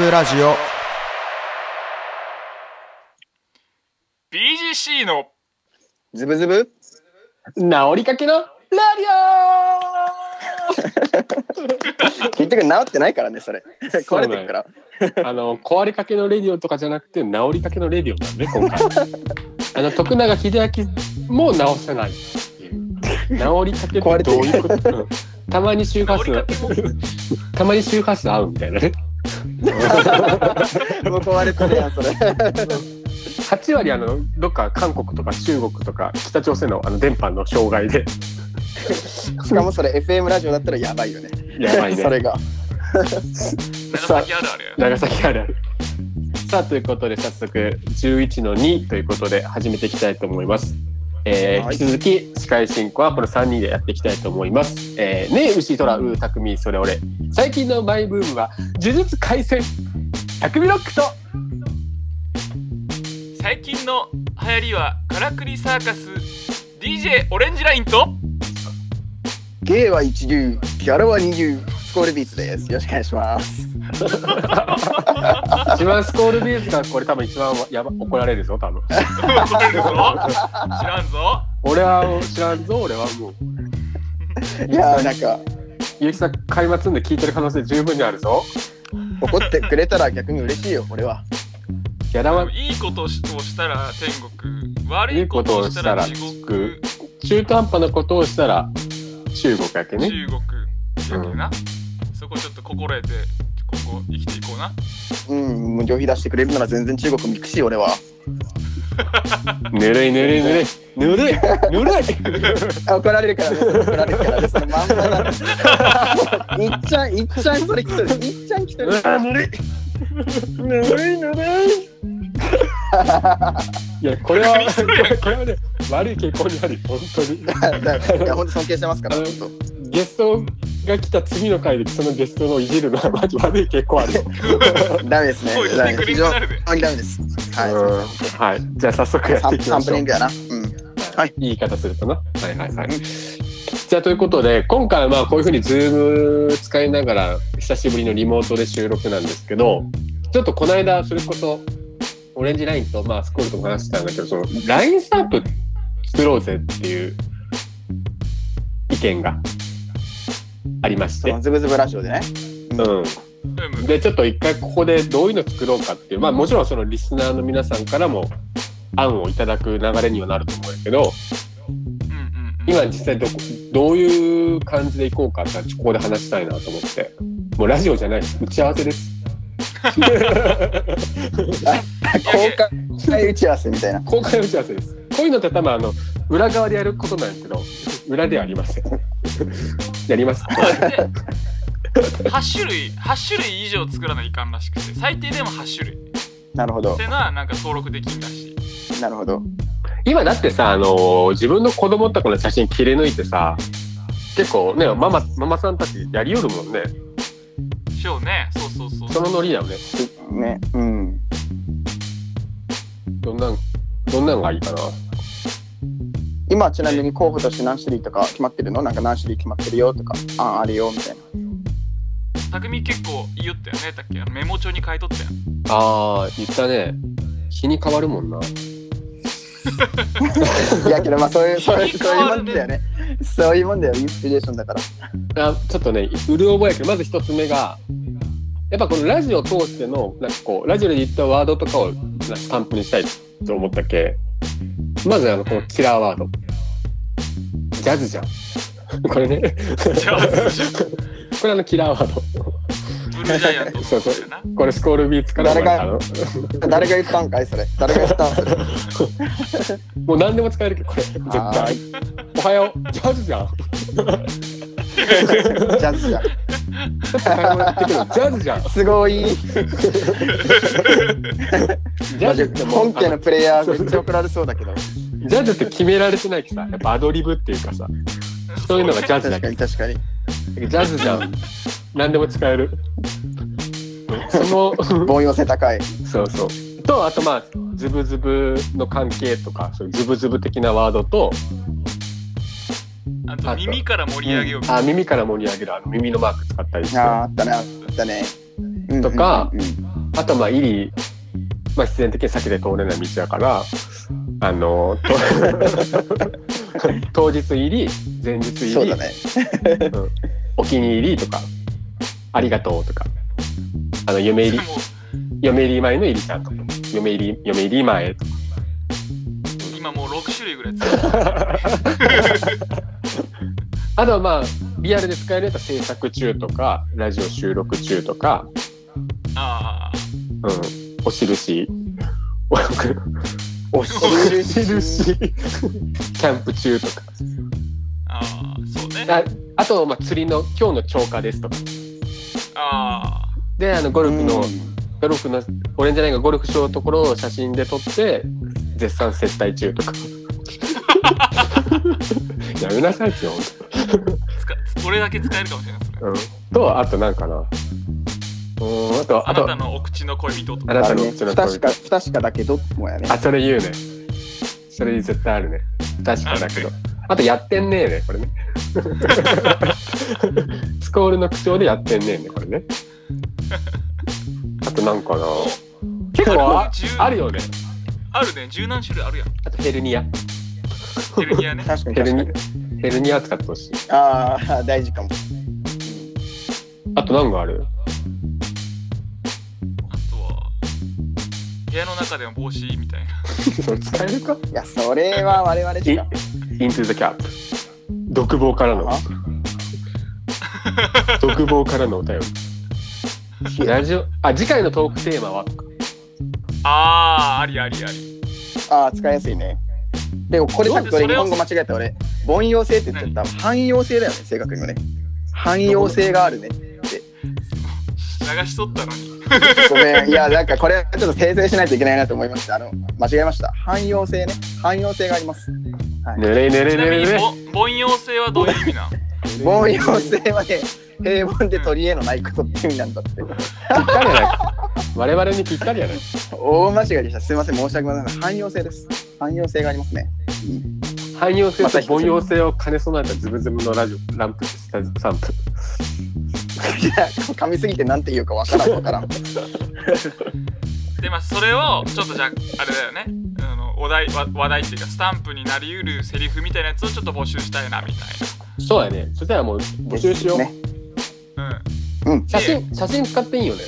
ブラジオ BGC のズブズブ治りかけのラディ結局治ってないからねそれ壊れてるから壊れかけのレディオとかじゃなくて治りかけのレディオなんで今回徳永英明も治せないっていう治りかけってどういうこと、たまに周波数合うみたいなねもう壊れてるやんそれ 8割どっか韓国とか中国とか北朝鮮の電波の障害でしかもそれ FM ラジオだったらやばいよね。 やばいねそれが長崎あるあるや。 長崎あるある。さあということで早速11の2ということで始めていきたいと思います。引き続き司会進行はこの3人でやっていきたいと思います。ねえ牛虎うたくみそれ俺最近のマイブームは呪術廻戦たくみロックと最近の流行りはカラクリサーカス DJ オレンジラインとゲイは一流ギャラは二流スコールビーツです。よろしくお願いします一番スコールビーズがこれ多分一番怒られるぞ多分怒られるぞ知らんぞ俺は知らんぞ俺はもういやなんかゆうきさん開幕んで聞いてる可能性十分にあるぞ。 怒ってくれたら逆に嬉しいよ俺は。 ギャラはいいことをしたら天国、悪いことをしたら地獄、 中途半端なことをしたら中国やけね。 中国やけな、そこちょっと心得てここ生きていこうな。 もう旅費出してくれるなら全然中国も行くし俺は。 ぬるい怒られるからね怒られるからねそのまんまだいっちゃんそれ来とるいっちゃん来とるぬるいいやこれはね悪い傾向にある本当にいや本当尊敬してますからゲストが来た次の回でそのゲストのいじるのはマジ悪い傾向あるよダメですね。非常にダメです。 はい、じゃあ早速やっていきましょう。 サンプリングやな。 はい、言い方するとな。じゃあということで今回はまあこういう風にズーム使いながら久しぶりのリモートで収録なんですけど、ちょっとこの間それこそオレンジラインとまあスコールとも話したんだけど、そのラインスタンプ作ろうぜっていう意見がありまして、 ズブズブラジオでね。 でちょっと一回ここでどういうの作ろうかっていう、まあもちろんそのリスナーの皆さんからも案をいただく流れにはなると思うんやけど、今実際どういう感じでいこうかってここで話したいなと思って、もうラジオじゃないです打ち合わせです公開打ち合わせみたいな。 公開打ち合わせです。こういうのって多分裏側でやることなんですけど裏ではありませんやります 8種類以上作らないかんらしくて、最低でも8種類。 なるほど。 ってなんか登録できんらしい。 なるほど。 今だってさ自分の子供とかの写真切り抜いてさ、結構ねママさんたちやりよるもんね。 そうね。そうそのノリだよね。 ね。 どんなんがいいかな。 今ちなみに候補として何種類とか決まってるの？なんか何種類決まってるよとかあるよみたいな。 匠結構言いよったよね。だっけメモ帳に書いとったやん。 言ったね。日に変わるもんな。 いやけどまあそういうもんだよね。そういうもんだよ。インスピレーションだから。 ちょっとねうる覚えやけど、まず一つ目がやっぱこのラジオを通してのなんかこうラジオで言ったワードとかをスタンプにしたいと思ったっけ。まずこのキラーワードジャズじゃんこれねジャズじゃんこれキラーワードブルージャイアントそうこれスコールビーツから誰が言ったんかいそれ。誰が言ったんそれもう何でも使えるけどこれ絶対おはようジャズじゃんジャズじゃんちょっと買い物やってくるジャズじゃんすごいジャズっても本家のプレイヤーめっちゃ怒られそうだけどジャズって決められてないけどさ、やっぱアドリブっていうかさ、そういうのがジャズだけど確かにジャズじゃん何でも使えるその凡庸性高いそうと、あとまあズブズブの関係とかそういうズブズブ的なワードと、 あと耳から盛り上げよう、 耳から盛り上げる耳のマーク使ったりして、 あったねとか、 あとまあ入り、まあ、必然的に先で通れない道だから当日入り前日入り、 そうだね。 お気に入りとかありがとうとか嫁入り前の入りちゃんとか嫁入り前とか今もう6種類ぐらい使う。 あとはまあリアルで使えるやつは制作中とかラジオ収録中とか、 ああ、 お印お印キャンプ中とか、 ああ、そうね。 あとまあ釣りの今日の超過ですとか、 ああ、 でゴルフのオレンジラインがゴルフしようところを写真で撮って絶賛接待中とかやめなさいってよこれだけ使えるかもしれないですね。 とあとなんかな、 あなたのお口の恋人とか。 あなたのお口の恋人、 不確かだけどもやね。 それ言うね。それ絶対あるね。不確かだけど。あとやってんねえね、これね。スコールの口調でやってんねえね、これね。あとなんかな、結構あるよね。 あるね、十何種類あるやん。 あとヘルニア。 ヘルニアね。 確かにヘ確かに。 ルニア使ってほしい。 ああ、大事かも。 あと何がある？ あとは部屋の中での帽子みたいな。 それ使えるか？ いや、それは我々しか。 Into the Cap。独房からの。独房からのお便り。ラジオ、次回のトークテーマは？ ありありあり。 ああ、使いやすいね。でもこれさっき俺日本語間違えた俺。凡庸性って言っちゃった。汎用性だよね、正確にもね。汎用性があるねって。 流しとったのに。 ごめん、いや、なんかこれちょっと訂正しないといけないなと思いました。間違えました。汎用性ね。汎用性があります。はい、 ねれねれちなみにねれね。 凡庸性はどういう意味なの？ 凡庸性はね、平凡で取り柄のないことって意味なんだって。 ぴったりやないか。我々にぴったりやない。 大間違いでした。すいません、申し訳ございません。汎用性です。汎用性がありますね。 汎用性と凡庸性を兼ね備えたズブズブのランプスタンプ。 いや、噛みすぎてなんて言うかわからん。 で、まあそれをちょっとじゃああれだよね。話題っていうかスタンプになりうるセリフみたいなやつをちょっと募集したいなみたいな。 そうやね。そしたらもう募集しよう。 ね、 写真使っていいよね。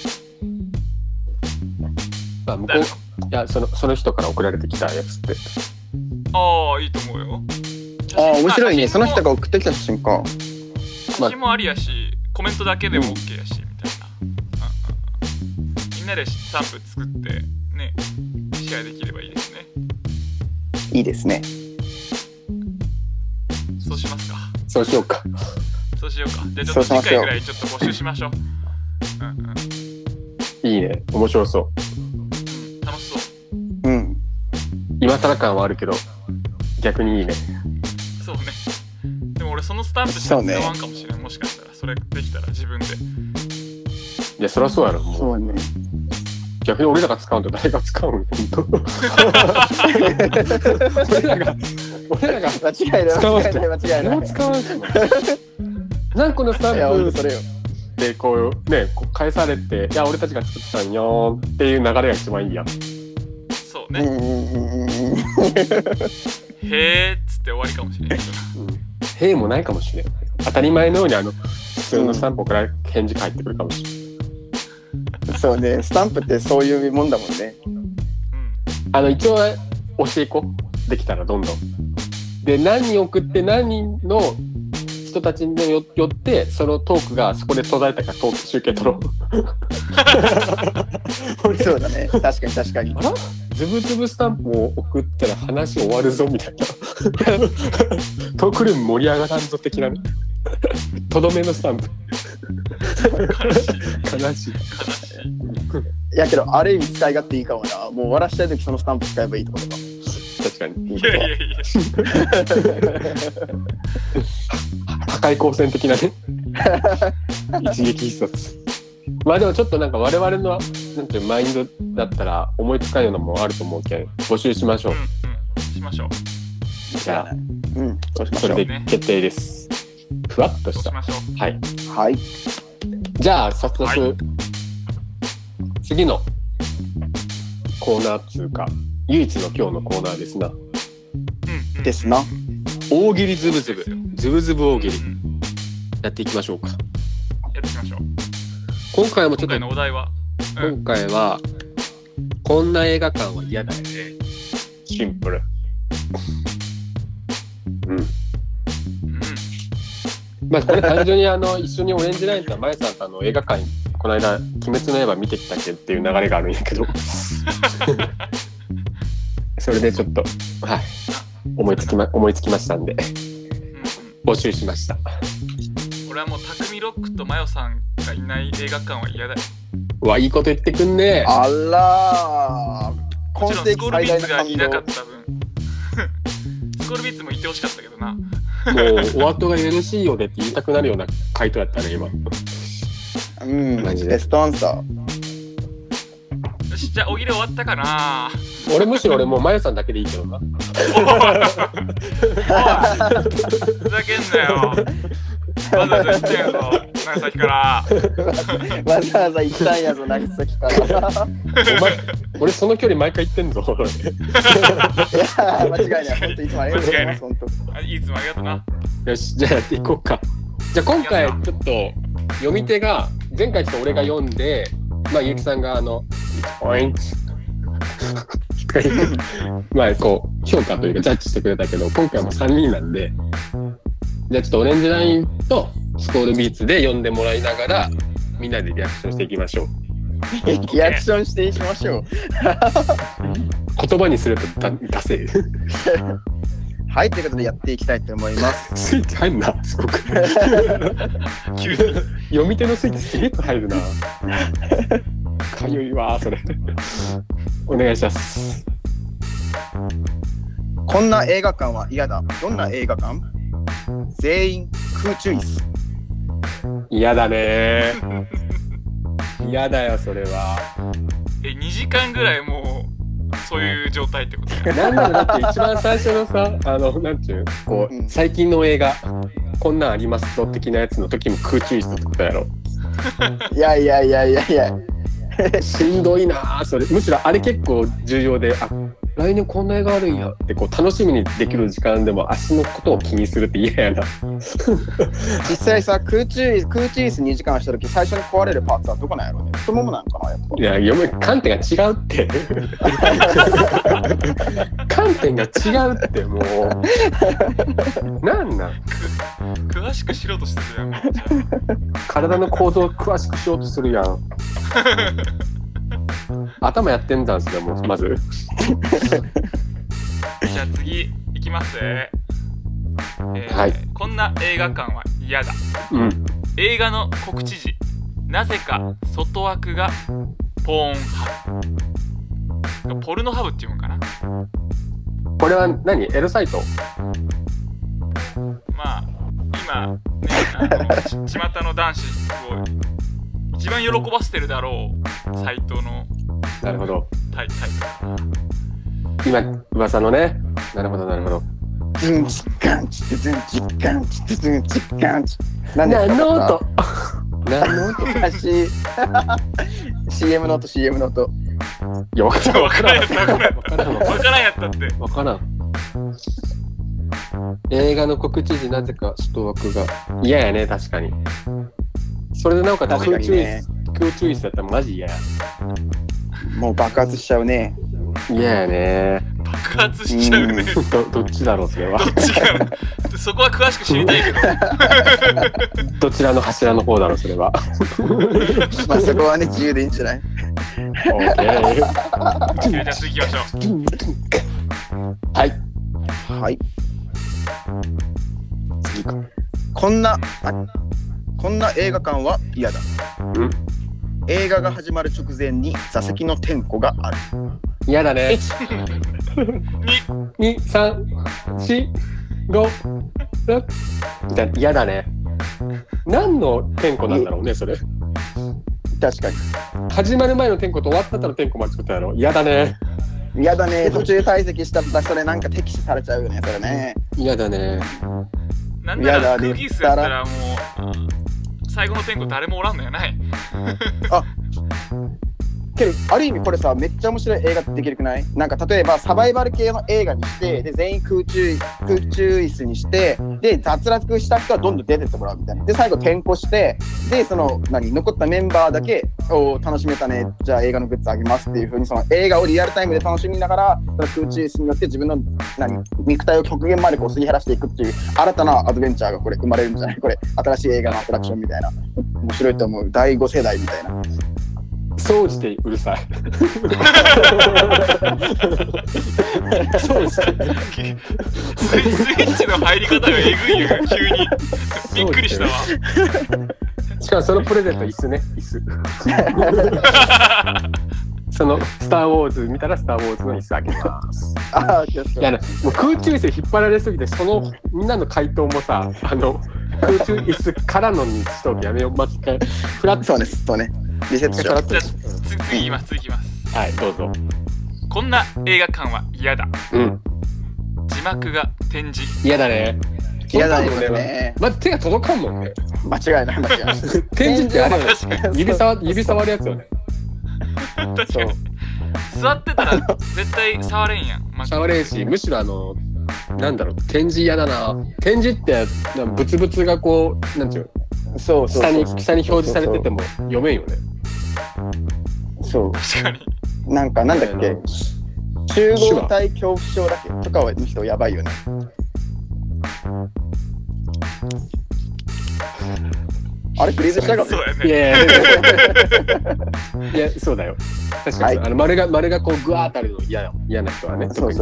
まあ向こう、いやその人から送られてきたやつって。 ああ、いいと思うよ。 面白いね。その人が送ってきた写真か。 写真もありやし、コメントだけでも OK やし、みたいな。みんなでスタンプ作ってね、シェアできればいいですね。 いいですね。 そうしますか。 そうしようか。 そうしようか。じゃあちょっと次回ぐらいちょっと募集しましょう。 いいね。面白そう。 楽しそう。 今更感はあるけど逆にいいね。 そうね。でも俺そのスタンプしか使わんかもしれん。もしかしたらそれできたら自分で。 いやそりゃそうやろ。もうそうね。 逆に俺らが使うんと誰が使うん？本当。俺らが間違いない。 誰も使わんし。何個のスタンプそれよ。 でこうね返されて、いや俺たちが作ったんよっていう流れが一番いいやん。 そうね。へーっつって終わりかもしれない。 へーもないかもしれん。当たり前のように普通のスタンプから返事返ってくるかもしれん。 そうね、スタンプってそういうもんだもんね。 一応教え子できたらどんどん。で何人送って何人の人たちによってそのトークがそこで途絶えたからトーク集計取ろう。 そうだね。確かに。 あら？ズブズブスタンプを送ったら話終わるぞみたいな。トークルーム盛り上がらんぞ的なね。とどめのスタンプ。悲しい。 いやけどある意味使い勝手いいかもな。もう終わらしたい時そのスタンプ使えばいいってことか。 確かに。 いや。 破壊光線的なね。一撃必殺。まあでもちょっとなんか我々のなんていうマインドだったら思いつかんようなものあると思うけん募集しましょう。 しましょう。 じゃあ、 そうしましょう。 それで決定です。ふわっとした。 はい。 はい。 じゃあ早速、次のコーナーっていうか唯一の今日のコーナーですな。 うんですな。 大喜利ズブズブズブズブ大喜利うんやっていきましょうか。 やっていきましょう。 今回もちょ今っと回のお題は、 今回はこんな映画館は嫌だよね。シンプル。うん。 うんまあこれ単純に一緒にオレンジラインとまゆさんと映画館この間鬼滅の刃見てきたっけっていう流れがあるんやけどそれでちょっとはい思いつきましたんで募集しました。 俺はもう匠ロックとマヨさんがいない映画館は嫌だよ。 うわいいこと言ってくんね。 あらー、 もちろんスコールビーツがいなか動。 った分スコールビーツもいてほしかったけどな。 もうお後がよろしいようでって言いたくなるような回答やったね今。 うん、 マジでベストアンサー。 よし、じゃあ大喜利終わったかな。 むしろ俺もうまゆさんだけでいいけどな。 おいふざけんなよ。わざわざ言ってんぞ、長崎から。 わざわざ行ったんやぞ、泣き先から。 お前俺その距離毎回言ってんぞ。 いや間違いない。本当いつもありがとうございます。本当。 いつもありがとうな。 よしじゃあやっていこうか。じゃあ今回ちょっと読み手が前回ちょっと俺が読んでまあゆうきさんがポイントまあこう評価というかジャッジしてくれたけど今回も3人なんでじゃあちょっとオレンジラインとスコールビーツで読んでもらいながらみんなでリアクションしていきましょう。 リアクションしていきましょう。 言葉にするとダセー。 はい、ということでやっていきたいと思います。 スイッチ入るなすごく。 急に読み手のスイッチすげえ入るな。かゆいわそれ。お願いします。 こんな映画館は嫌だ。どんな映画館？全員空中椅子。 嫌だね。嫌だよそれは。 2時間ぐらいもうそういう状態ってことだよ。 なんならだって一番最初のさなんていうこう、最近の映画こんなんありますと的なやつの時も空中椅子ってことやろ。 いやいやいやいやいや。 しんどいなそれ。むしろあれ結構重要で来年こんな映画あるんやってこう楽しみにできる時間でも足のことを気にするって嫌やな。 実際さ空中椅子2時間した時最初に壊れるパーツはどこなんやろうね。太ももなのかなやっぱ。 いや観点が違うって。観点が違うってもうなん詳しくしろとしてるやん。めっちゃ体の構造を詳しくしようとするやん。頭やってんだんすよもうまず。 じゃあ次いきますね。 はい。 こんな映画館は嫌だ。映画の告知時なぜか外枠がポーンハブ。ポルノハブっていうのかな。 これは何？ L サイト？ まあ今ね巷の男子を一番喜ばせてるだろうサイトのなるほどタイトル。 今噂のね。なるほどなるほど。 ズンチッカンチってズンチッカンチってズンチッカンチ。何ですか？ 何の音？何の音？ CM の音 CM の音。 いや分からんやったって分からん。映画の告知時なぜか外枠が嫌やね。確かに。それでなおかつ空中椅子だったらマジ嫌や。 もう爆発しちゃうね。 嫌やね。 爆発しちゃうね。 どっちだろうそれは。 どっちかそこは詳しく知りたいけど。 どちらの柱の方だろうそれは。 まあそこはね自由でいいんじゃない？ オッケー。 じゃあ次行きましょう。はい。 はい。 次か。 こんな映画館は嫌だ。映画が始まる直前に座席の点呼がある。 嫌だね。2、3、4、5、6みたいな。嫌だね。何の点呼なんだろうねそれ。 確かに。 始まる前の点呼と終わった後の点呼まで作ったやろ。嫌だね。 嫌だね。途中退席したらそれなんか敵視されちゃうよねそれね。 嫌だね。 なんならクーギースやったらもう最後の点呼誰もおらんのやない。 あ、 けどある意味これさめっちゃ面白い映画ってできるくない？なんか例えばサバイバル系の映画にしてで全員空中椅子にしてで脱落した人はどんどん出てってもらうみたいなで最後転校してでその残ったメンバーだけ楽しめたねじゃあ映画のグッズあげますっていう風にその映画をリアルタイムで楽しみながらその空中椅子によって自分の肉体を極限までこうすり減らしていくっていう新たなアドベンチャーがこれ生まれるんじゃない？これ新しい映画のアトラクションみたいな面白いと思う。第5世代みたいな。 総じてうるさい。総じて。 スイッチの入り方がえぐいよ急に。びっくりしたわ。 しかもそのプレゼント椅子ね、椅子。そのスター・ウォーズ見たらスター・ウォーズの椅子あげます。いやもう空中椅子引っ張られすぎてそのみんなの回答もさ空中椅子からのにしとけやめよう巻き換えフラットそうですそうねリセットしよう。 じゃあ次いきます。 はいどうぞ。 こんな映画館は嫌だ。字幕が展示。 嫌だね。 嫌だね。 まず手が届かんもんね。 間違いない。 展示ってあれよね。指触るやつよね。 確かに座ってたら絶対触れんやん。 触れんしむしろなんだろう展示嫌だな。展示ってブツブツがこうなんていうの下に表示されてても読めんよね。 そう確かになんだっけ集合体恐怖症だっけとかはの人やばいよね。あれフリーズしたかも。 そうやね。 いやそうだよ。確かに、はい、丸がこうグワーッとあるの嫌な人はね。 そう。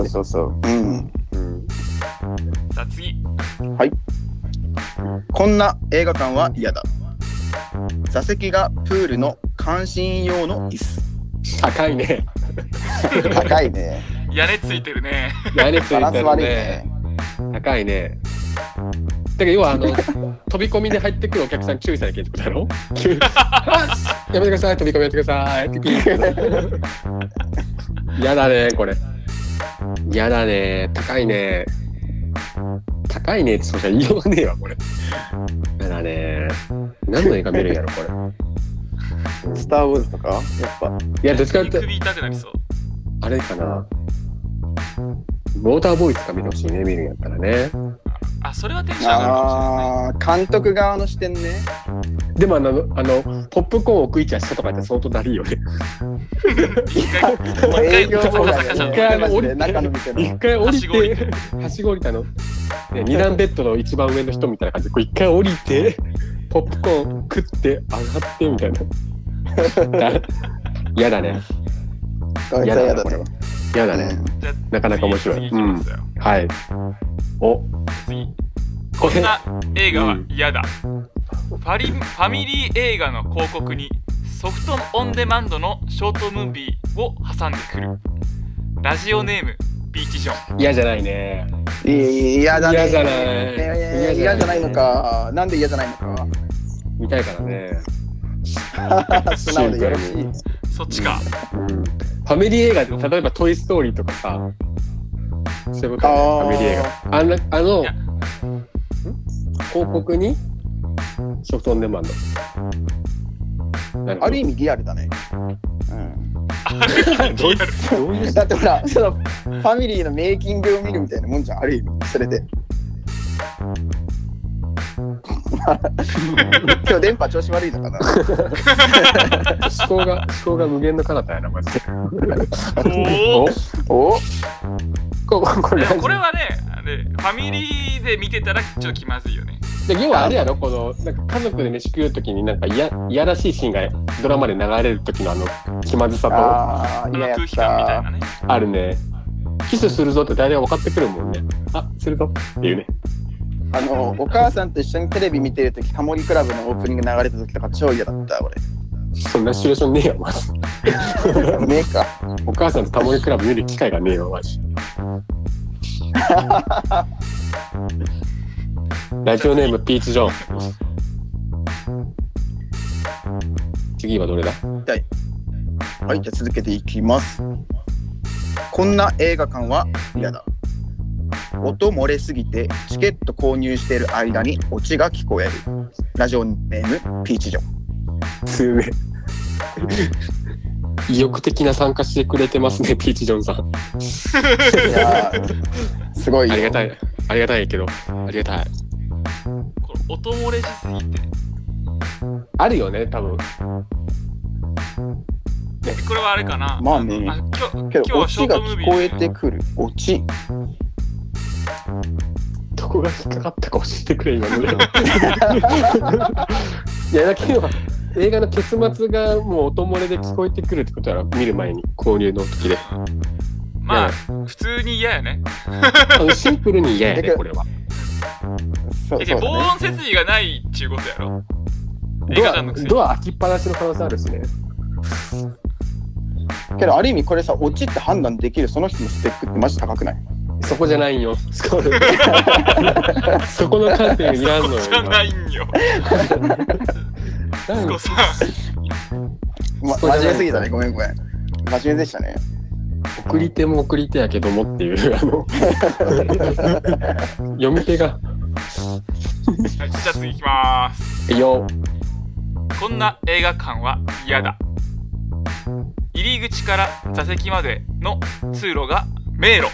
さあ次。 はい。こんな映画館は嫌だ。座席がプールの監視用の椅子。 高いね。 高いね。 屋根ついてるね。 屋根ついてるね。高いね。だから要は飛び込みで入ってくるお客さん注意さなきゃいけないってことだろ。やめてください飛び込みやってください。やだねこれ。やだね高いねってそうじゃ言いようがねえわこれ。やだね。何の映画見るんやろこれ。スター・ウォーズとかやっぱ。 いやどっちかって首痛くなりそう。 あれかな。ウォーターボーイズとか見てほしいね見るんやったらね。 それはテンション上がるかもしれないね。 監督側の視点ね。 でもポップコーンを置く位置は下とかって相当だりいよね。 一回降りてはしご降りたの、2段ベッドの一番上の人みたいな感じで一回降りてポップコーン食って上がってみたいな。嫌だね。嫌だね。なかなか面白い。はい。 次。こんな映画は嫌だ。ファミリー映画の広告にソフトオンデマンドのショートムービーを挟んでくる。ラジオネームピーチジョン。 嫌じゃないね。 嫌だね。 嫌じゃない。 嫌じゃないのか。なんで嫌じゃないのか。 見たいからね。 素直でよろしい。 そっちか。 ファミリー映画で例えばトイストーリーとかさ。そういうことね。ファミリー映画。広告にソフトオンデマンド。 ある意味リアルだね。 どういうだってほらそのファミリーのメイキングを見るみたいなもんじゃんある意味それで。今日電波調子悪いのかな。 思考が無限の彼方やなマジで。 これはねファミリーで見てたらちょっと気まずいよね。 で要はあれやろこのなんか家族で飯食うときになんかいやらしいシーンがドラマで流れる時の気まずさと空気感みたいなねあるね。キスするぞって大体分かってくるもんね。するぞっていうね。 お母さんと一緒にテレビ見てるときタモリクラブのオープニング流れたときとか超嫌だった俺。 そんなシチュエーションねえよマジ。 ねえか。 お母さんとタモリクラブ見る機会がねえよマジ。ラジオネームピーチジョン。次はどれだ？ はい、じゃあ続けていきます。こんな映画館は嫌だ。音漏れすぎてチケット購入している間にオチが聞こえる。ラジオネームピーチジョン。 つめ意欲的な参加してくれてますね、ピーチジョンさん。 いやすごいよ。 ありがたい。ありがたいけど、ありがたい。 これ音漏れしすぎて。 あるよね、多分。 これはあれかな。 まあね。 今けど、オ日はショチがートムービ聞こえーてくる。オチ。 どこが引っかかったか教えてくれ、今ので。いや、だけど、映画の結末がもう音漏れで聞こえてくるってことは見る前に購入の時で。 まあ普通に嫌やね。 シンプルに嫌やね、これは。 そう防だね。 音設備がないっちゅうことやろ。映画館のくせに。 ドア開きっぱなしの可能性あるしね。 けど、ある意味これさ、オチって判断できるその人のスペックってマジ高くない？ そこじゃないんよ。そこの観点いらんのよ。 じゃないんよ。 今スコさん。 真面目すぎたね。ごめん。真面目でしたね。 送り手も送り手やけどもっていう読み手が。 はい、じゃあ次行きまーす。 よ。 こんな映画館は嫌だ。入り口から座席までの通路が迷路。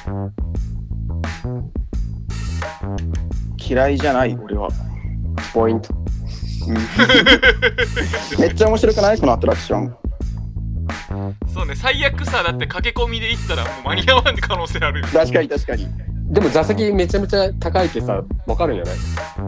嫌いじゃない俺は。 ポイント。 めっちゃ面白くないこのアトラクション。 そうね、最悪さ、だって駆け込みで行ったらもう間に合わん可能性あるよ。 確かに。 でも座席めちゃめちゃ高いってさ、わかるんじゃない？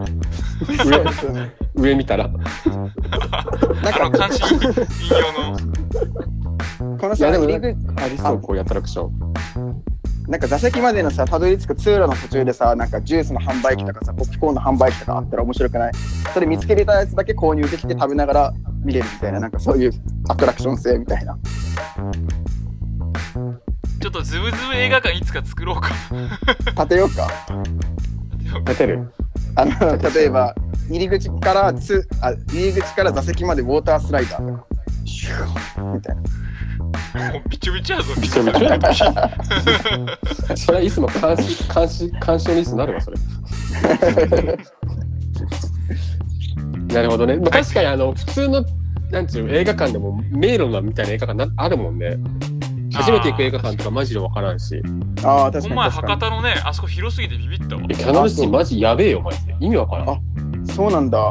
上見たら。 監視員用の。 このさ、入り口ありそう、こういうアトラクション。 なんか座席までのさ、たどり着く通路の途中でさ、なんかジュースの販売機とかさ、ポップコーンの販売機とかあったら面白くない？それ見つけれたやつだけ購入できて食べながら見れるみたいな、なんかそういうアトラクション性みたいな。 ちょっとズブズブ映画館いつか作ろうか。 立てようか。 立てる？ 例えば入り口から座席までウォータースライダーとかシューみたいな。 もうビチョビチョやぞ。 びちょびちょ。それはいつも監視リストになるわ、それ。なるほどね。まあ、確かに普通のなんちゅう映画館でも迷路みたいな映画館あるもんね。初めて行く映画館とかマジで分からんし。 ああ、確かに。 この前博多のね、あそこ広すぎてビビったわ。 キャノンシティマジやべえよ、マジで。意味わからん。 そうなんだ。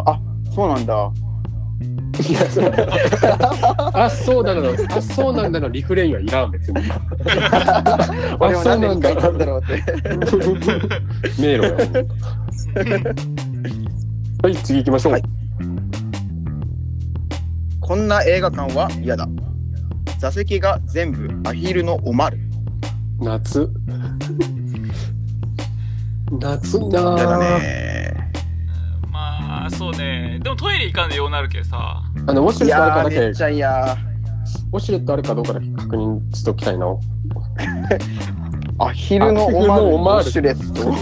いや、そうなんだのリフレインはいらん、別に。 俺もなんで2回言ったんだろうって。 迷路や。はい、次行きましょう。 はい、こんな映画館は嫌だ。座席が全部アヒルのおまる。 夏なぁ。 嫌だね。 まあそうね。でもトイレ行かんでようなるけさ。 ウォシュレットあるかだけ。 めっちゃ嫌。 ウォシュレットあるかどうかだけ確認しておきたいな。 アヒルのおまる。ウォシュレット。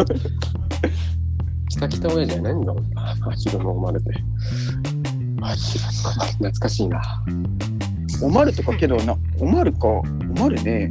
北親父は何だろうな。アヒルのおまるって。懐かしいな。 おまるとかけどな、おまるか、おまるね。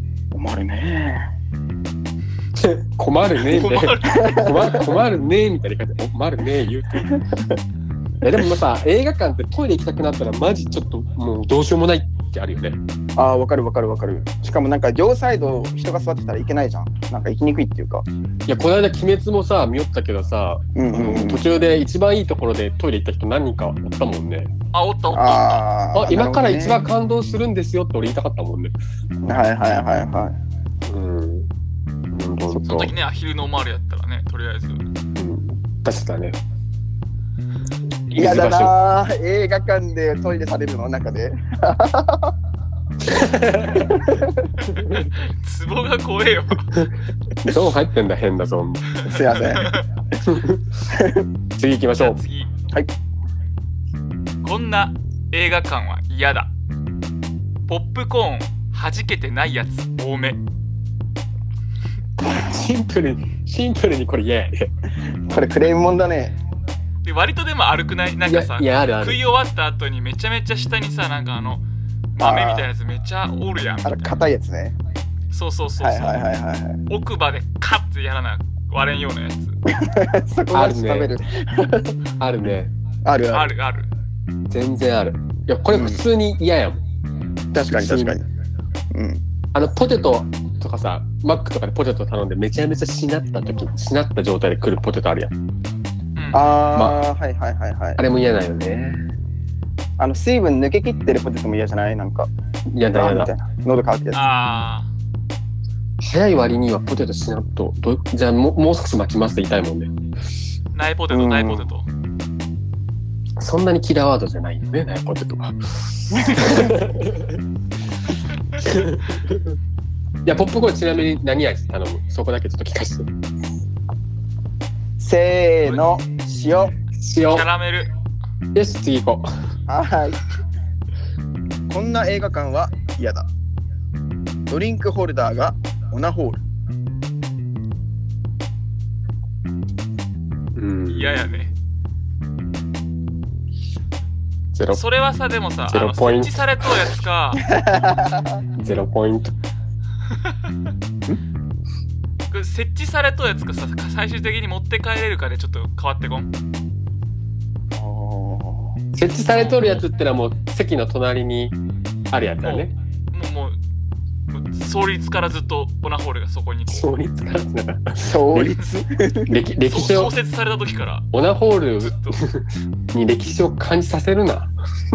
困るねみたいな。困るねみたいな感じで、困るね言うて。でもさ、映画館ってトイレ行きたくなったらマジちょっともうどうしようもないってあるよね。 ああ、わかる。しかもなんか両サイド人が座ってたらいけないじゃん。なんか行きにくいっていうか。 いや、この間鬼滅もさ見よったけどさ、途中で一番いいところでトイレ行った人何人かおったもんね。 おった。 今から一番感動するんですよって俺言いたかったもんね。 はい。 その時ね、アヒルのおまるやったらね、とりあえず。 確かね。 嫌だな、映画館でトイレされるの中で。 ツボが怖えよ。 ゾーン入ってんだ、変なゾーン。 すいません。 次行きましょう。 次。 はい。 こんな映画館は嫌だ。ポップコーン弾けてないやつ多め。 シンプルにこれ嫌やね。 これクレームもんだね。 で割とでも悪くない？なんかさ、 いやある食い終わった後にめちゃめちゃ下にさ、なんか豆みたいなやつめっちゃおるやん。 硬いやつね。 そう。 はい。 奥歯でカッてやらな割れんようなやつ。 そこまで食べる。 あるね。 ある。 ある。 全然ある。いや、これ普通に嫌やもん。 確かに確かに。うん。 ポテトとかさ、マックとかでポテト頼んでめちゃめちゃしなった状態で来るポテトあるやん。 はいはいはいはい。 あれも嫌だよね。 水分抜けきってるポテトも嫌じゃない？なんか。 嫌だ。 喉乾くやつ。 早い割にはポテトしなっと、じゃあもう少し待ちますって言いたいもんね。 ナイポテト。 そんなにキラーワードじゃないよね、ナイポテトは。いや、ポップコーンちなみに何味頼む？そこだけちょっと聞かせて。 せーの、塩。 キャラメル。 よし、次行こう。 はい。こんな映画館は嫌だ。ドリンクホルダーがオナホール。 嫌やね。 ゼロ。 それはさ、でもさ、 設置されとうやつか。 0ポイント。 設置されとうやつかさ、最終的に持って帰れるかでちょっと変わってこん。 設置されとるやつってのはもう席の隣にあるやつだね。 もう創立からずっとオナホールがそこに創立から創立歴史を創設された時からオナホールずっとに歴史を感じさせるな。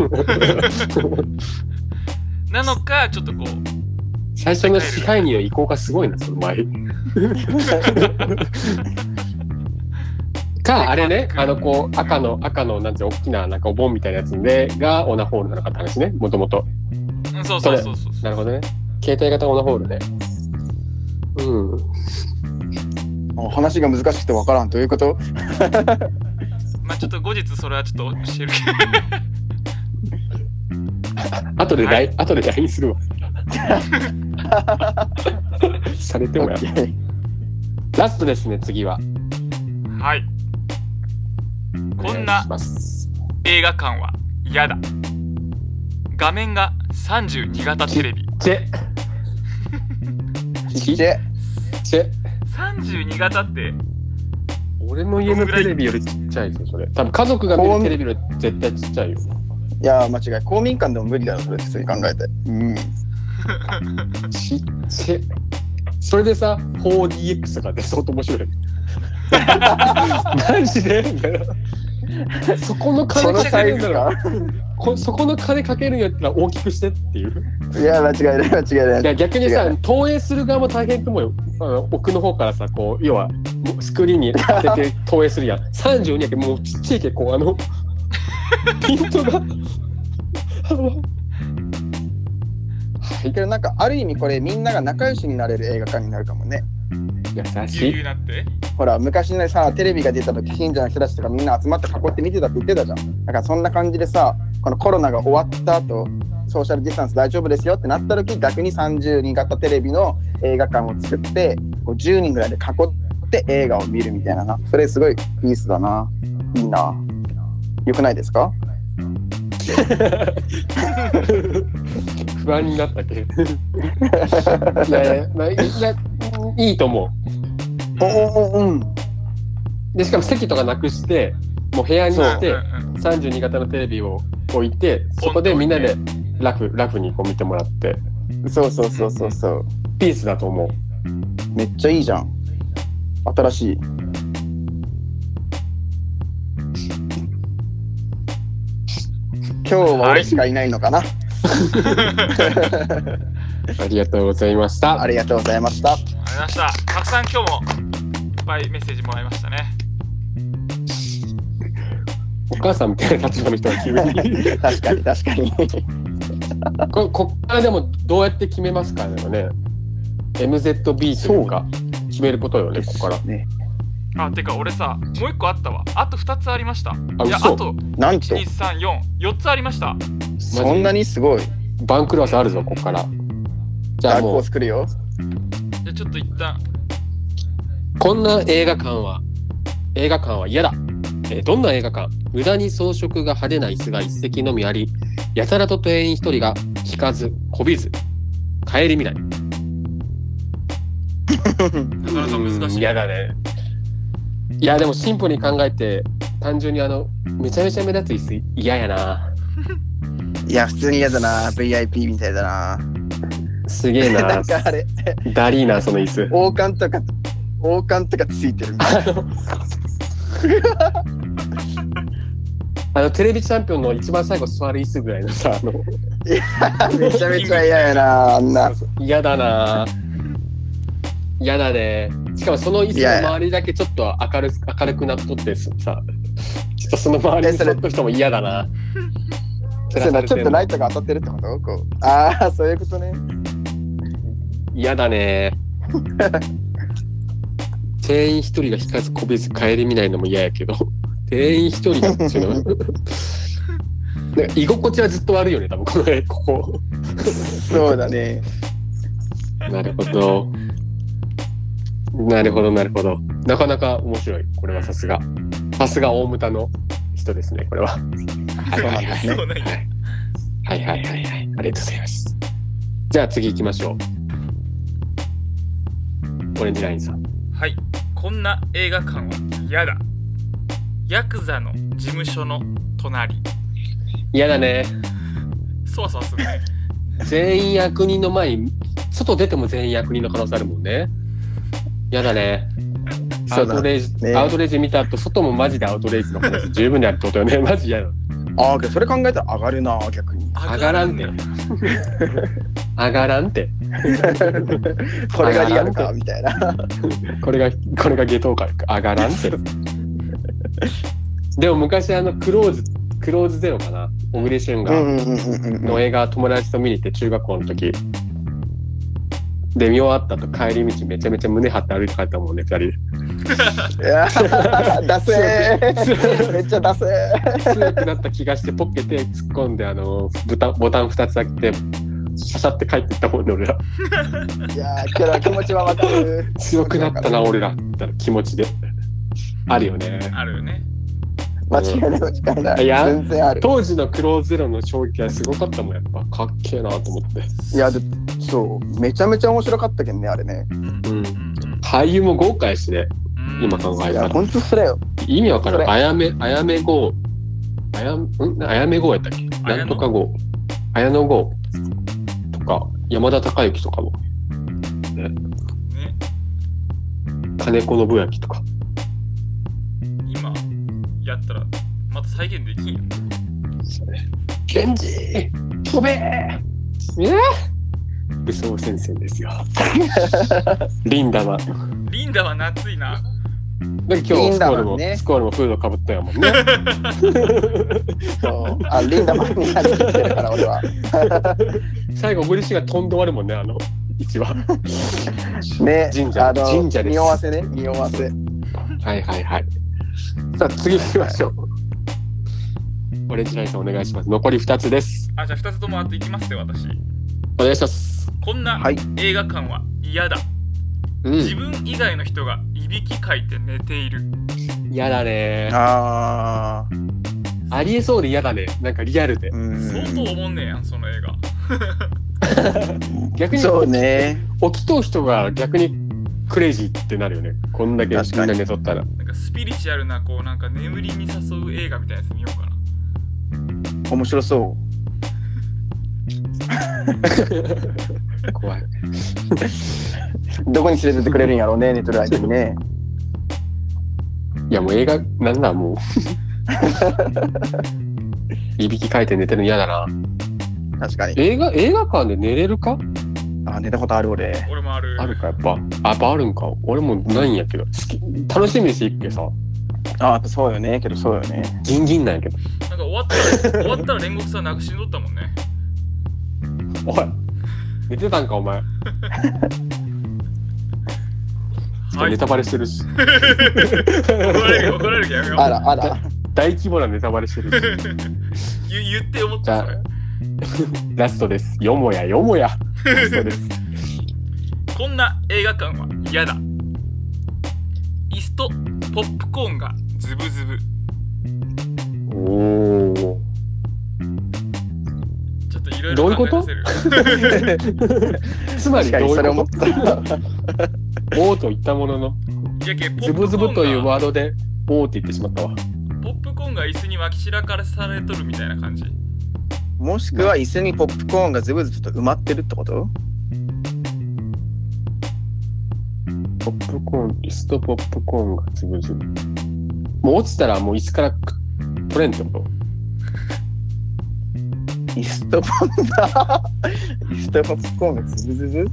なのかちょっとこう最初の支配人の意向がすごいな、その前。かあれね、こう赤のなんていう大きななんかお盆みたいなやつでがオナホールなのかって話ね、もともと。 そう。 なるほどね。携帯型オナホールね。 話が難しくてわからんということ。 まあちょっと後日それはちょっと教えるけど。後で LINE するわ。されてもや。ラストですね、次は。 はい。こんな映画館は嫌だ。画面が32型テレビ。 ちっ 32型って俺の家のテレビよりちっちゃいぞ、それ。多分家族が見るテレビより絶対ちっちゃいよ。 いや間違い。公民館でも無理だろ、それ普通に考えて。 ちっちゃい。それでさ 4DX とか出そうと面白い。マジでみたいな。そこの金かけるんだろ。そこの金かけるんやったら大きくしてっていう。 いや間違いない。いや逆にさ投影する側も大変と思うよ。奥の方からさこう要はスクリーンに当てて投影するやん。32やけもうちっちゃいけこうピントが。 けどなんかある意味これみんなが仲良しになれる映画館になるかもね。 優しい。 ほら昔のさテレビが出た時近所の人たちとかみんな集まって囲って見てたって言ってたじゃん。だからそんな感じでさこのコロナが終わった後ソーシャルディスタンス大丈夫ですよってなった時逆に32型テレビの映画館を作ってこう10人ぐらいで囲って映画を見るみたいなな。それすごいピースだな。いいな。よくないですか？ 不安になったけど。いいと思う。でしかも席とかなくしてもう部屋にして32型のテレビを置いてそこでみんなでラフにこう見てもらって。 そうピースだと思う。 めっちゃいいじゃん。新しい。今日は俺しかいないのかな。 ありがとうございました。 ありがとうございました。 たくさん今日もいっぱいメッセージもらいましたね。 お母さんみたいな立場の人が急に。 確かに。 こっからでもどうやって決めますかね。MZB というか決めることよね、ここから。 ね。 てか俺さもう一個あったわ。あと2つありました。いやあとなんと 1,2,3,4つありました。 そんなにすごい。 番狂わせあるぞここから。じゃあもう作るよ。 じゃあちょっと一旦こんな映画館は嫌だ。どんな映画館？無駄に装飾が派手な椅子が一席のみあり、やたらと店員一人が引かずこびず顧みない。 なかなか難しい。 嫌だね。いやでもシンプルに考えて単純にめちゃめちゃ目立つ椅子嫌やな。 いや普通に嫌だな。 VIP みたいだな。 すげえななんかあれダリーなその椅子。 王冠とかついてるみたいテレビチャンピオンの一番最後座る椅子ぐらいのさな。めちゃめちゃ嫌やなあんな。 嫌だな。嫌だね。しかもその椅子の周りだけちょっと明るくなっとってさ、ちょっとその周りに座っとる人も嫌だな。 ちょっとライトが当たってるってことこう。ああ、そういうことね。 嫌だね。店員一人が引かずこびず帰り見ないのも嫌やけど、店員一人がっていうのはなんか居心地はずっと悪いよね、多分ここ。 そうだね。 なるほど。なるほど。なかなか面白い。これはさすが大牟田の人ですね、これは。 そうなんですね。 そうなんや。 はい。ありがとうございます。じゃあ次行きましょう。オレンジラインさん。 はい、こんな映画館は嫌だ。ヤクザの事務所の隣。 嫌だね。 そわそわするね。 全員役人の前に外出ても全員役人の可能性あるもんね。嫌だね。アウトレイジ見た後、外もマジでアウトレイジの可能性十分にあるってことよね。マジ嫌だ。 ああ、それ考えたら上がるな逆に。 上がらんね。上がらんて。 これがリアルかみたいな。 これが下等か上がらんて。でも昔クローズゼロかな、小栗旬がの映画友達と見に行って中学校の時で見終わったと帰り道めちゃめちゃ胸張って歩いて帰ったもんね、2人で。 いやダセー。めっちゃダセー。 強くなった気がしてポッケ手突っ込んでボタン2つ開けてシャシャって帰っていったもんね、俺ら。 いやけど気持ちはわかる。 強くなったな俺らって気持ちであるよね。 あるよね。 間違いない。 いや全然ある。 当時のクローズゼロの衝撃はすごかったもん、やっぱかっけえなと思って。 いやそうめちゃめちゃ面白かったけどねあれね。 俳優も豪華やしね、今考えたら。 本当それよ。 意味わからん。あやめ号やったっけ？なんとか号、綾野剛とか山田孝之とかもね。金子信明とか。 今やったらまた再現できんよ。 ケンジ飛べ武装戦線ですよ。リンダは夏いな。 だ今日スコールもフードかぶったやもんね。 そうリンダマンになりきってるから俺は。 最後小栗旬が飛んで終わるもんね、一話。 ね、 神社です。 匂わせ。 はい。さあ次行きましょう。オレンジラインさんお願いします。残り2つです。 じゃあ2つともあと行きますよ、私。 お願いします。 こんな映画館は嫌だ。自分以外の人がいびきかいて寝ている。 嫌だね。 ありえそうで嫌だね。なんかリアルで。 相当思んねえやん、その映画。 逆にそうね。 起きとう人が逆にクレイジーってなるよね。こんだけみんな寝とったら。 なんかスピリチュアルななんか眠りに誘う映画みたいなやつ見ようかな。 面白そう。 怖い。 どこに連れてってくれるんやろうね、寝てる間にね。 いやもう映画なんだもう。いびきかいて寝てるの嫌だな。 確かに。 映画館で寝れるか？ 寝たことある俺。 俺もある。 あるかやっぱあるんか。俺もないんやけど、楽しみにしていくけどさ。 そうよね。けどそうよね。 ギンギンなんやけど。 なんか終わったら煉獄さんなくしんどったもんね。 おい、寝てたんかお前。ネタバレしてるし。 怒られるけどやめよう。 あら。 大規模なネタバレしてるし。 言って思ったそれ。 ラストです。よもや。ラストです。 こんな映画館は嫌だ。椅子とポップコーンがズブズブ。 おー。 ちょっといろいろ考えさせる。 つまりどういうこと？ それ思った。 おーと言ったものの、ズブズブというワードでおーって言ってしまったわ。 ポップコーンが椅子に巻き散らかされとるみたいな感じ。 もしくは椅子にポップコーンがズブズブと埋まってるってこと？ ポップコーン、椅子とポップコーンがズブズブ。もう落ちたらもう椅子から取れんってこと？ 椅子とポップコーンがズブズブ？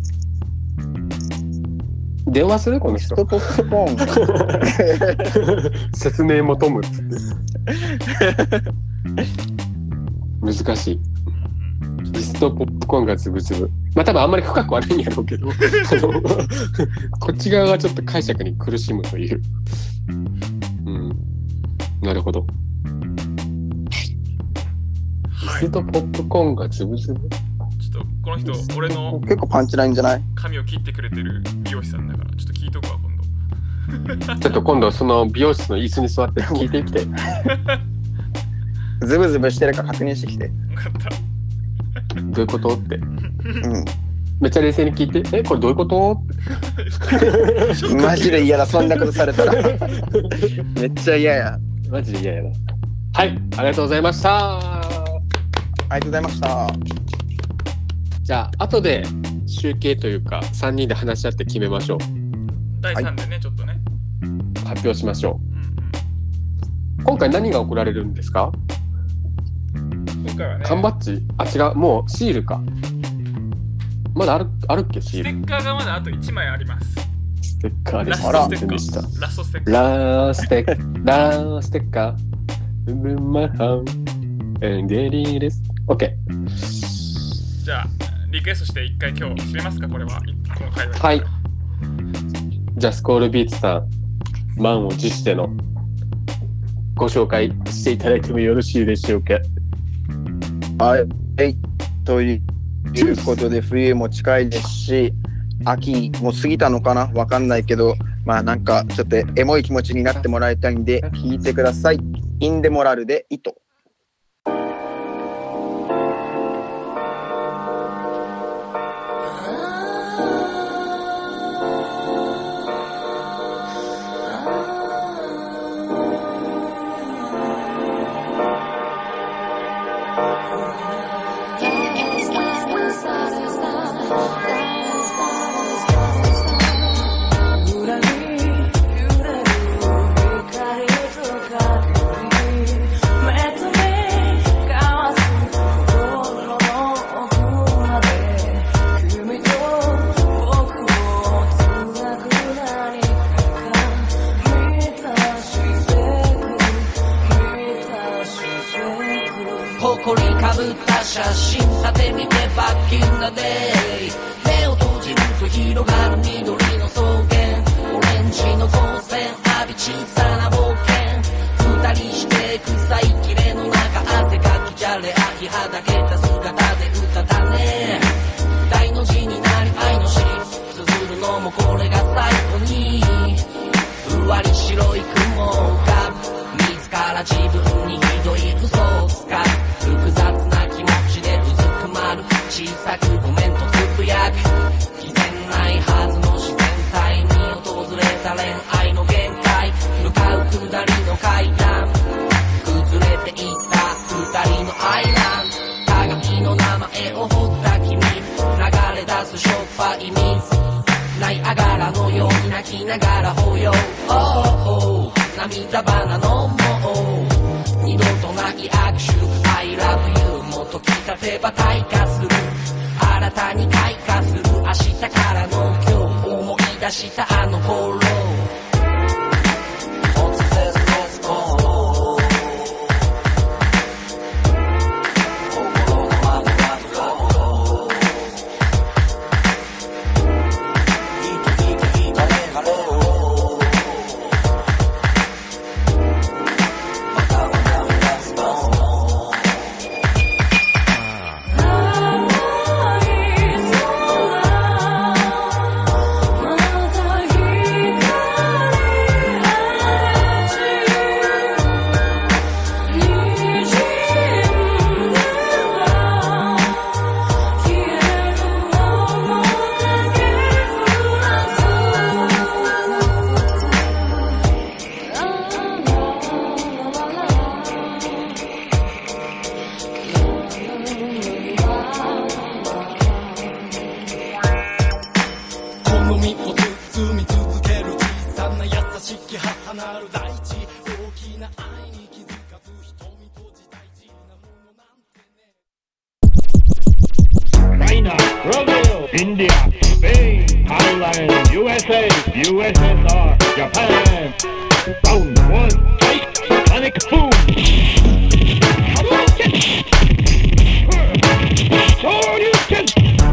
電話するこの人。 椅子とポップコーン説明求むっつって。難しい。椅子とポップコーンがズブズブ。まあ多分あんまり深くはないんやろうけどこっち側がちょっと解釈に苦しむという。なるほど。椅子とポップコーンがズブズブ。 ちょっとこの人俺の結構パンチラインじゃない？ 髪を切ってくれてる美容師さんだからちょっと聞いとくわ今度。 ちょっと今度その美容室の椅子に座って聞いてきて。 ズブズブしてるか確認してきて。 分かった。 どういうことって。めっちゃ冷静に聞いて、これどういうことってマジで嫌だ、そんなことされたら。めっちゃ嫌や。 マジで嫌やな。はい、ありがとうございました。 ありがとうございました。 じゃあ、後で集計というか、3人で話し合って決めましょう。 第3でね、ちょっとね。 発表しましょう。今回何が送られるんですか？ 今回はね。 缶バッジ？違う、もうシールか。まだあるっけシール。 ステッカーがまだあと1枚あります。 ステッカーでした。 ラストステッカー。 ラステッカー。My home and it is OK。 じゃあリクエストして一回今日締めますか？これはこの会話。 はい。じゃあスコールビーツさん、満を持してのご紹介していただいてもよろしいでしょうか？ はい。ということで冬も近いですし、秋も過ぎたのかな、わかんないけど、まあなんかちょっとエモい気持ちになってもらいたいんで聞いてください。インデモラルで糸。 写真立て見てバッキンなデイ目を閉じると広がる緑の草原オレンジの光線浴び小さな冒険二人して臭い切れの中汗かきじゃれ秋はだけた姿で歌だね大の字になり愛の尻綴るのもこれが最後にふわり白い雲が自ら自分にひどい嘘をつか複雑な気持ちでうずくまる小さくごめんとつぶやく偽善ないはずの自然体に訪れた恋愛の限界向かう下りの階段崩れていった二人のアイラン鏡の名前を彫った君流れ出すしょっぱい水ナイアガラのように泣きながら抱擁涙花のもう二度とない握手 I love you もっときたてば退化する新たに開花する明日からの今日思い出したあの頃しき母なる大地、大きな愛に気づかず瞳閉じ大事なものなんてね。 China, Brazil, India, Spain, Thailand, USA, USSR, Japan. Round one, fight, sonic boom. Hadouken! Shoryuken!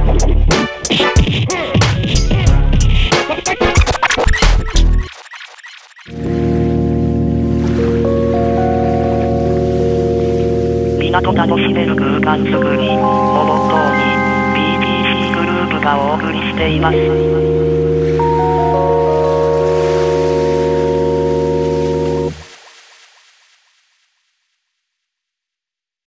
港楽しめる空間づくりをモットーに BTC グループがお送りしています。